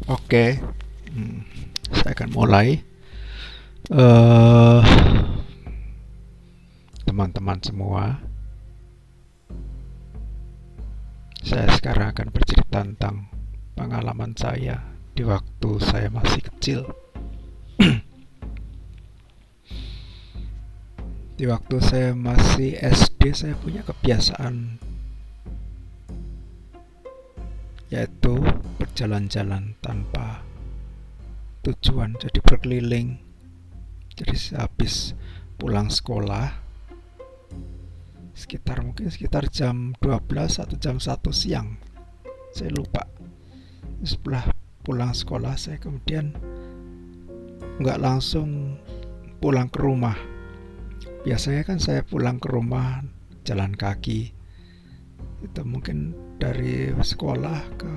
Oke, saya akan mulai. Eh, Teman-teman semua, saya sekarang akan bercerita tentang pengalaman saya di waktu saya masih kecil. Di waktu saya masih SD, saya punya kebiasaan yaitu berjalan-jalan tanpa tujuan, jadi berkeliling. Jadi habis pulang sekolah sekitar jam 12 atau jam 1 siang, saya lupa. Setelah pulang sekolah, saya kemudian nggak langsung pulang ke rumah. Biasanya kan saya pulang ke rumah jalan kaki. Itu mungkin dari sekolah ke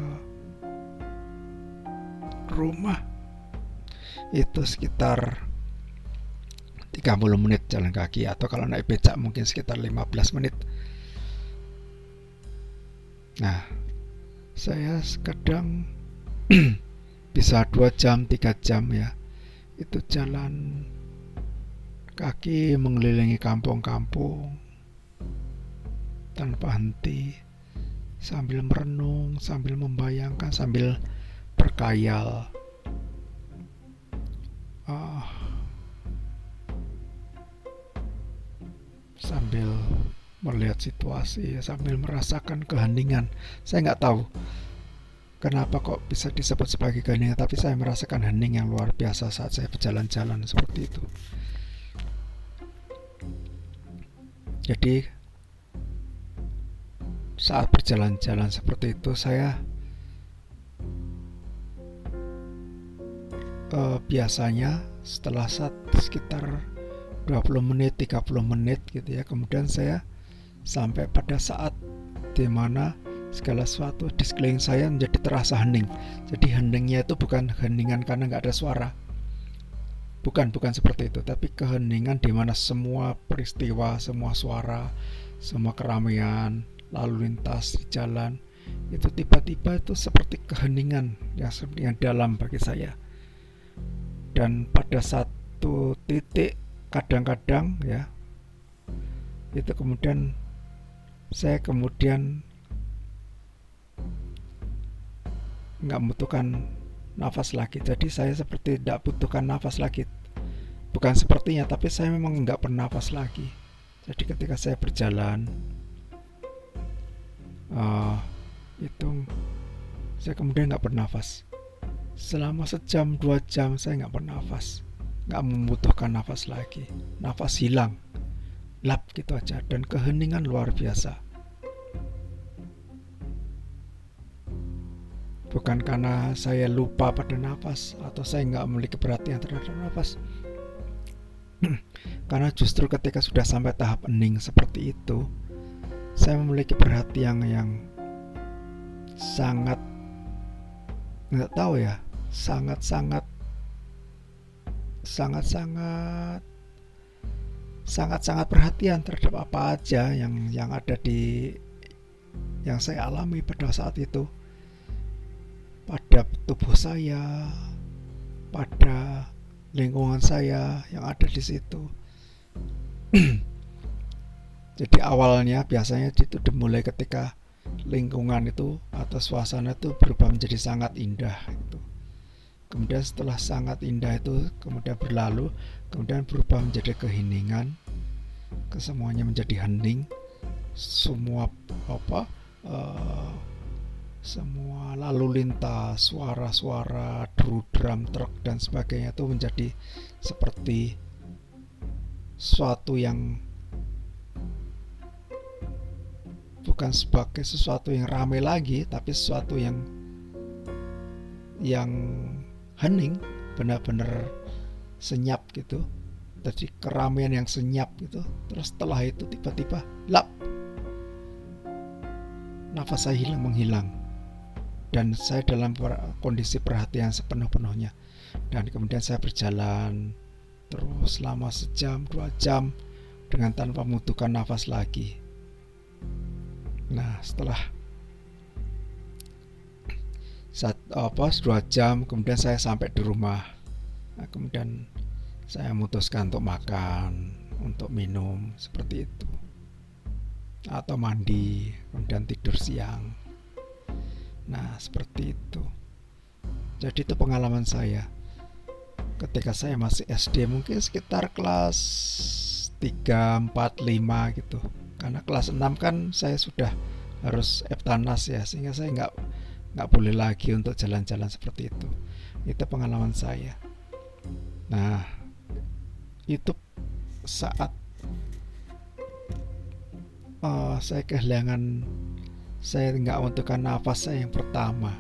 rumah itu sekitar 30 menit jalan kaki, atau kalau naik becak mungkin sekitar 15 menit. Nah, saya kadang bisa 2 jam, 3 jam ya, itu jalan kaki mengelilingi kampung-kampung tanpa henti, sambil merenung, sambil membayangkan, sambil berkhayal. Sambil melihat situasi, sambil merasakan keheningan. Saya nggak tahu kenapa kok bisa disebut sebagai keheningan, tapi saya merasakan hening yang luar biasa saat saya berjalan-jalan seperti itu. Jadi saat berjalan-jalan seperti itu, saya biasanya setelah sekitar 20 menit, 30 menit gitu ya, kemudian saya sampai pada saat dimana segala sesuatu di sekeliling saya menjadi terasa hening. Jadi heningnya itu bukan heningan karena nggak ada suara, bukan seperti itu, tapi keheningan dimana semua peristiwa, semua suara, semua keramaian lalu lintas di jalan itu tiba-tiba itu seperti keheningan yang dalam bagi saya. Dan pada satu titik kadang-kadang ya, itu kemudian saya nggak membutuhkan nafas lagi. Jadi saya seperti tidak butuhkan nafas lagi, bukan sepertinya, tapi saya memang nggak bernafas lagi. Jadi ketika saya berjalan itu saya kemudian nggak bernafas selama sejam 2 jam. Saya nggak bernafas, nggak membutuhkan nafas lagi, nafas hilang, lap gitu aja, dan keheningan luar biasa. Bukan karena saya lupa pada nafas atau saya nggak memiliki perhatian terhadap nafas, karena justru ketika sudah sampai tahap hening seperti itu, saya memiliki perhatian yang sangat, nggak tahu ya, sangat perhatian terhadap apa aja yang ada yang saya alami pada saat itu, pada tubuh saya, pada lingkungan saya yang ada di situ. Jadi awalnya biasanya itu dimulai ketika lingkungan itu atau suasana itu berubah menjadi sangat indah gitu. Kemudian setelah sangat indah itu kemudian berlalu, kemudian berubah menjadi keheningan, kesemuanya menjadi hening, semua semua lalu lintas, suara-suara, deru drum, truk dan sebagainya itu menjadi seperti sesuatu yang bukan sebagai sesuatu yang ramai lagi, tapi sesuatu yang hening, benar-benar senyap gitu. Jadi keramaian yang senyap gitu. Terus setelah itu tiba-tiba lap, nafas saya menghilang, dan saya dalam kondisi perhatian sepenuh-penuhnya. Dan kemudian saya berjalan terus selama sejam 2 jam dengan tanpa membutuhkan nafas lagi. Nah, setelah 2 jam, kemudian saya sampai di rumah. Nah, kemudian saya memutuskan untuk makan, untuk minum, seperti itu, atau mandi, kemudian tidur siang. Nah, seperti itu. Jadi itu pengalaman saya ketika saya masih SD, mungkin sekitar kelas 3, 4, 5 gitu. Karena kelas 6 kan saya sudah harus Eptanas ya, sehingga saya nggak boleh lagi untuk jalan-jalan seperti itu. Itu pengalaman saya. Nah, itu saat saya kehilangan, saya nggak membutuhkan nafas saya yang pertama.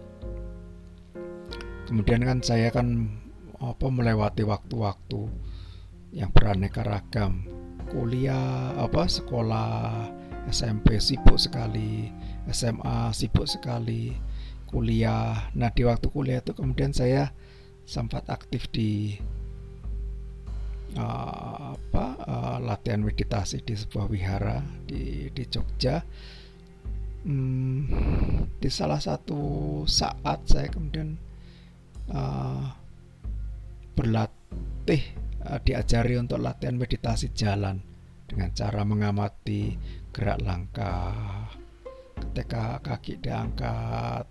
Kemudian kan saya kan melewati waktu-waktu yang beraneka ragam. Kuliah, sekolah, SMP sibuk sekali, SMA sibuk sekali, kuliah. Nah, di waktu kuliah itu kemudian saya sempat aktif di latihan meditasi di sebuah wihara di Jogja. Di salah satu saat saya kemudian berlatih, diajari untuk latihan meditasi jalan dengan cara mengamati gerak langkah, ketika kaki diangkat,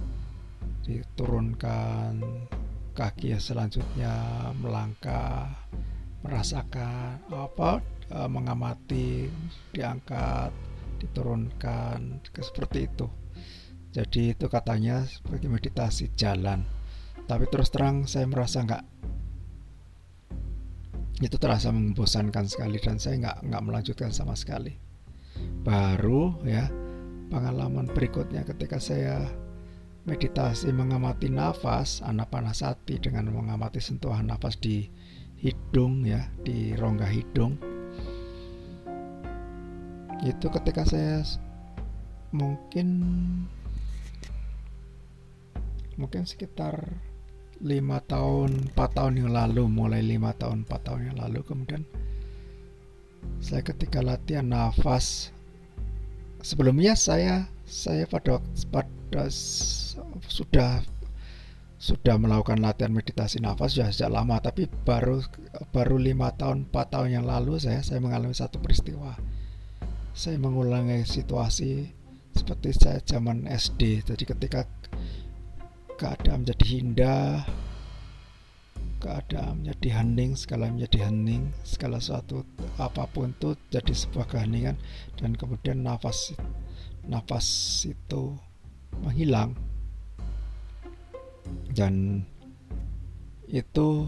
diturunkan, kaki selanjutnya melangkah, merasakan mengamati, diangkat, diturunkan, seperti itu. Jadi itu katanya sebagai meditasi jalan. Tapi terus terang saya merasa itu terasa membosankan sekali, dan saya nggak melanjutkan sama sekali. Baru ya pengalaman berikutnya ketika saya meditasi mengamati nafas, anapanasati, dengan mengamati sentuhan nafas di hidung ya, di rongga hidung. Itu ketika saya mungkin sekitar 4 tahun yang lalu, mulai 5 tahun 4 tahun yang lalu, kemudian saya ketika latihan nafas, sebelumnya saya pada sudah melakukan latihan meditasi nafas sudah sejak lama, tapi baru 5 tahun 4 tahun yang lalu saya mengalami satu peristiwa. Saya mengulangi situasi seperti saya zaman SD. Jadi ketika keadaan menjadi indah, keadaan menjadi hening, segala menjadi hening, segala sesuatu apapun itu jadi sebuah keheningan, dan kemudian nafas itu menghilang. Dan itu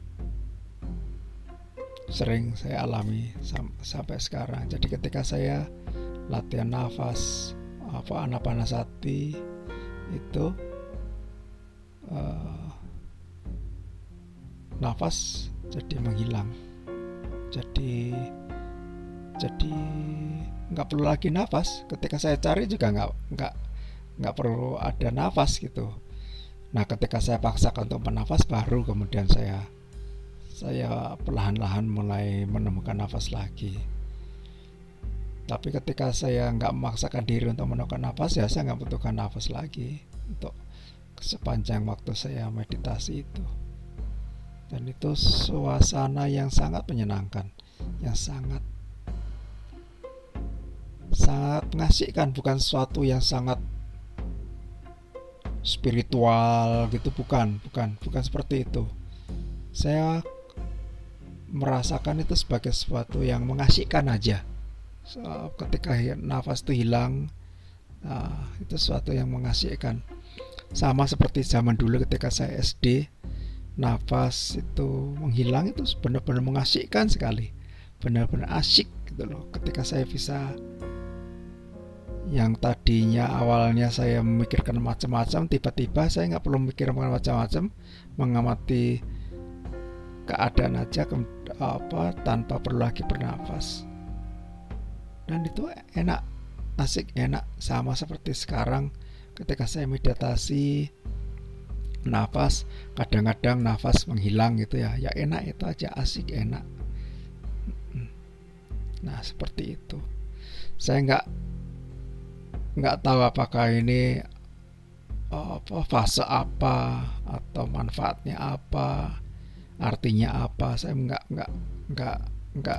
sering saya alami sampai sekarang. Jadi ketika saya latihan nafas anapanasati itu, nafas jadi menghilang. Jadi nggak perlu lagi nafas. Ketika saya cari juga nggak perlu ada nafas gitu. Nah, ketika saya paksakan untuk bernafas, baru kemudian saya perlahan-lahan mulai menemukan nafas lagi. Tapi ketika saya nggak memaksakan diri untuk menemukan nafas, ya saya nggak butuhkan nafas lagi untuk sepanjang waktu saya meditasi itu. Dan itu suasana yang sangat menyenangkan, yang sangat mengasihkan, bukan sesuatu yang sangat spiritual gitu, bukan seperti itu. Saya merasakan itu sebagai sesuatu yang mengasihkan aja. Ketika nafas itu hilang, itu sesuatu yang mengasihkan. Sama seperti zaman dulu ketika saya SD, nafas itu menghilang, itu benar-benar mengasihkan sekali, benar-benar asyik gitu loh. Ketika saya bisa, yang tadinya awalnya saya memikirkan macam-macam, tiba-tiba saya nggak perlu memikirkan macam-macam, mengamati keadaan aja tanpa perlu lagi bernafas. Dan itu enak, asik, enak. Sama seperti sekarang ketika saya meditasi nafas, kadang-kadang nafas menghilang gitu ya enak, itu aja, asik, enak. Nah, seperti itu. Saya nggak tahu apakah ini fase apa atau manfaatnya apa, artinya apa. Saya nggak nggak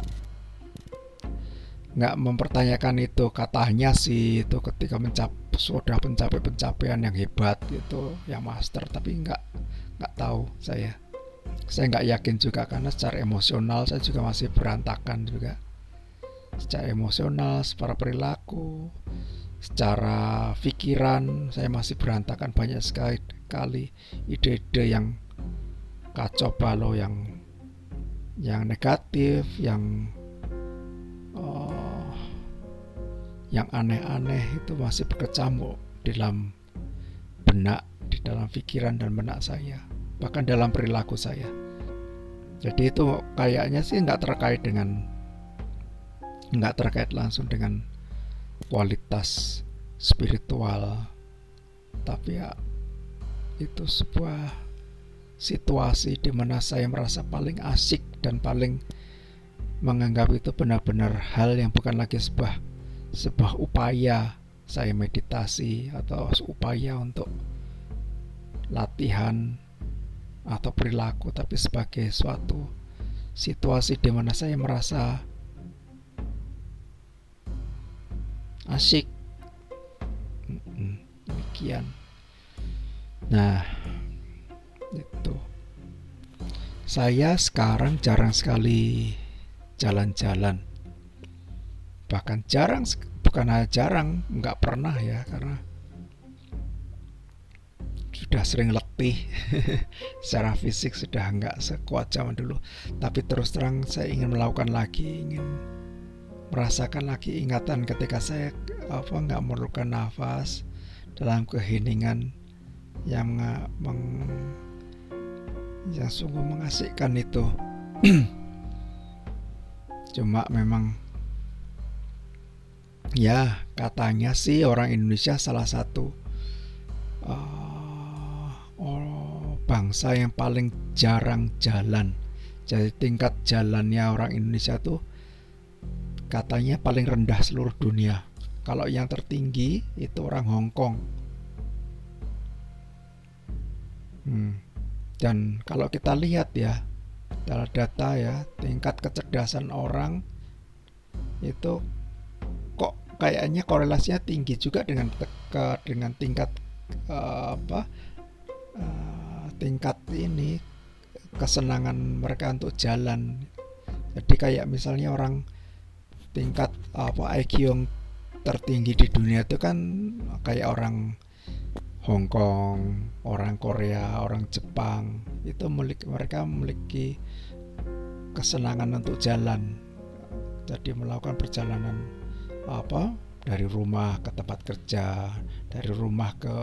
nggak mempertanyakan itu. Katanya sih itu ketika sudah mencapai pencapaian yang hebat gitu, yang master, tapi nggak tahu saya nggak yakin juga, karena secara emosional saya juga masih berantakan juga, secara emosional, secara perilaku, secara pikiran saya masih berantakan. Banyak sekali ide-ide yang kacau balau, yang negatif, yang aneh-aneh itu masih berkecamuk di dalam di dalam pikiran dan benak saya, bahkan dalam perilaku saya. Jadi itu kayaknya sih nggak terkait langsung dengan kualitas spiritual, tapi ya itu sebuah situasi di mana saya merasa paling asik dan paling menganggap itu benar-benar hal yang bukan lagi sebuah upaya saya meditasi atau upaya untuk latihan atau perilaku, tapi sebagai suatu situasi di mana saya merasa asik. Demikian. Nah, itu. Saya sekarang jarang sekali jalan-jalan. Bahkan bukan hanya jarang, nggak pernah ya, karena sudah sering letih. Secara fisik sudah nggak sekuat zaman dulu. Tapi terus terang saya ingin melakukan lagi, ingin merasakan lagi ingatan ketika saya nggak memerlukan nafas dalam keheningan yang sungguh mengasihkan itu. Cuma memang ya katanya sih orang Indonesia salah satu bangsa yang paling jarang jalan. Jadi tingkat jalannya orang Indonesia tuh katanya paling rendah seluruh dunia. Kalau yang tertinggi itu orang Hong Kong. Dan kalau kita lihat ya, dalam data ya, tingkat kecerdasan orang itu kok kayaknya korelasinya tinggi juga dengan tingkat tingkat ini kesenangan mereka untuk jalan. Jadi kayak misalnya orang tingkat IQ yang tertinggi di dunia itu kan kayak orang Hong Kong, orang Korea, orang Jepang. Itu mereka memiliki kesenangan untuk jalan. Jadi melakukan perjalanan dari rumah ke tempat kerja, dari rumah ke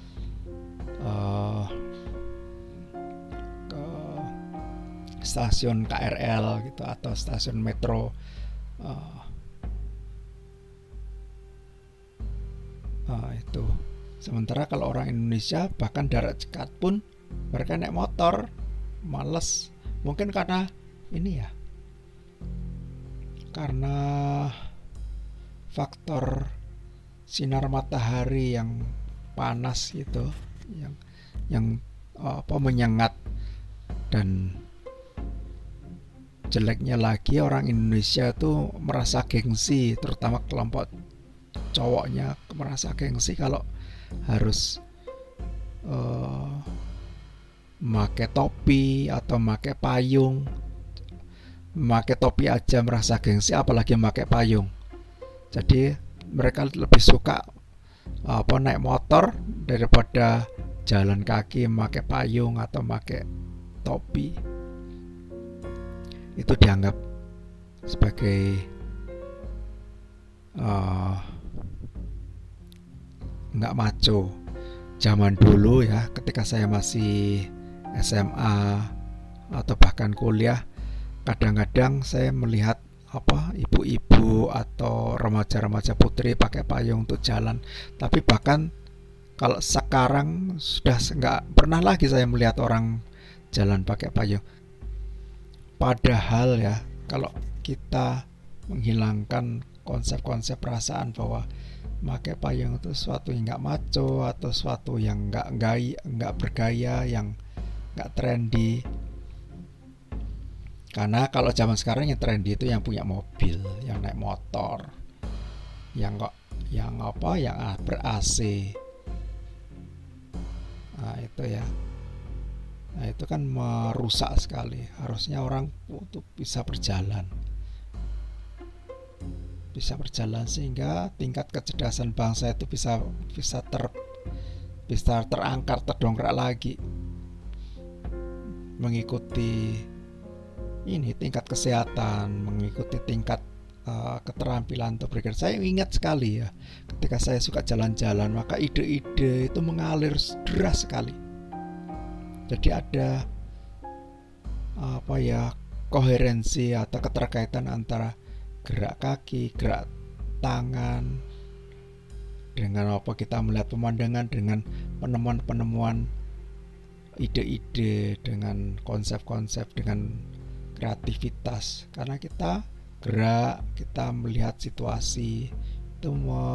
stasiun KRL gitu atau stasiun metro. Itu. Sementara kalau orang Indonesia bahkan darat dekat pun mereka naik motor, males. Mungkin karena ini ya, karena faktor sinar matahari yang panas gitu, yang menyengat. Dan jeleknya lagi orang Indonesia tuh merasa gengsi, terutama kelompok cowoknya merasa gengsi kalau harus memakai topi atau memakai payung. Memakai topi aja merasa gengsi, apalagi memakai payung. Jadi mereka lebih suka naik motor daripada jalan kaki memakai payung atau memakai topi. Itu dianggap sebagai nggak maco. Zaman dulu ya, ketika saya masih SMA atau bahkan kuliah, kadang-kadang saya melihat ibu-ibu atau remaja-remaja putri pakai payung untuk jalan. Tapi bahkan kalau sekarang sudah nggak pernah lagi saya melihat orang jalan pakai payung. Padahal ya, kalau kita menghilangkan konsep-konsep perasaan bahwa pakai payung itu suatu yang nggak maco atau suatu yang nggak bergaya, yang nggak trendy. Karena kalau zaman sekarang yang trendy itu yang punya mobil, yang naik motor, yang ber AC. Nah itu ya. Nah itu kan merusak sekali. Harusnya orang untuk bisa berjalan sehingga tingkat kecerdasan bangsa itu bisa terangkat, terdongkrak lagi, mengikuti ini tingkat kesehatan, mengikuti tingkat keterampilan untuk berpikir. Saya ingat sekali ya, ketika saya suka jalan-jalan, maka ide-ide itu mengalir deras sekali. Jadi ada koherensi atau keterkaitan antara gerak kaki, gerak tangan, dengan kita melihat pemandangan, dengan penemuan-penemuan ide-ide, dengan konsep-konsep, dengan kreativitas. Karena kita gerak, kita melihat situasi, itu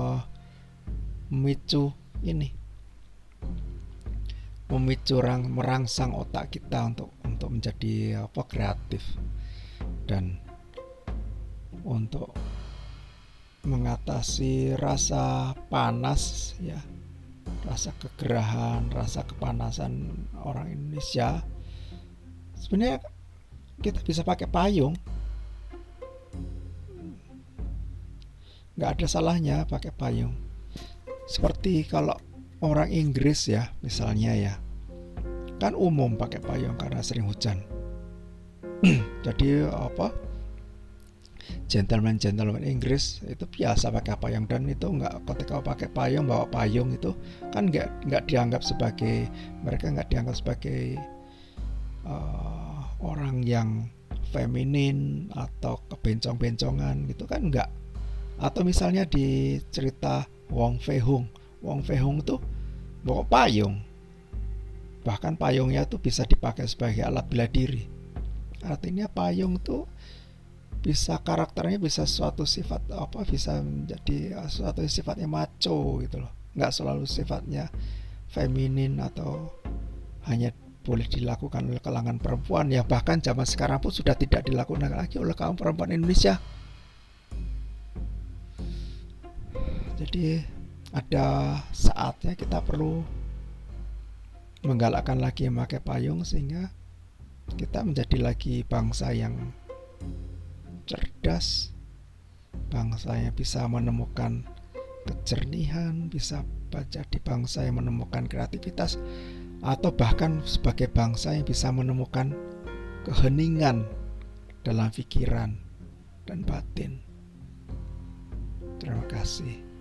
merangsang otak kita untuk menjadi kreatif, dan untuk mengatasi rasa panas ya, rasa kegerahan, rasa kepanasan orang Indonesia. Sebenarnya kita bisa pakai payung, nggak ada salahnya pakai payung. Seperti kalau orang Inggris ya misalnya ya, kan umum pakai payung karena sering hujan. Jadi gentleman Inggris itu biasa pakai payung, dan itu ketika pakai payung, bawa payung itu kan nggak dianggap sebagai, mereka nggak dianggap sebagai orang yang feminin atau kebencong-bencongan gitu kan, nggak. Atau misalnya di cerita Wong Fei Hung tuh bawa payung, bahkan payungnya tuh bisa dipakai sebagai alat bela diri. Artinya payung tuh karakternya bisa suatu sifat bisa menjadi suatu sifatnya maco gitu loh, nggak selalu sifatnya feminin atau hanya boleh dilakukan oleh kalangan perempuan, yang bahkan zaman sekarang pun sudah tidak dilakukan lagi oleh kaum perempuan Indonesia. Jadi ada saatnya kita perlu menggalakkan lagi memakai payung, sehingga kita menjadi lagi bangsa yang cerdas, bangsa yang bisa menemukan kejernihan, bisa jadi bangsa yang menemukan kreativitas, atau bahkan sebagai bangsa yang bisa menemukan keheningan dalam pikiran dan batin. Terima kasih.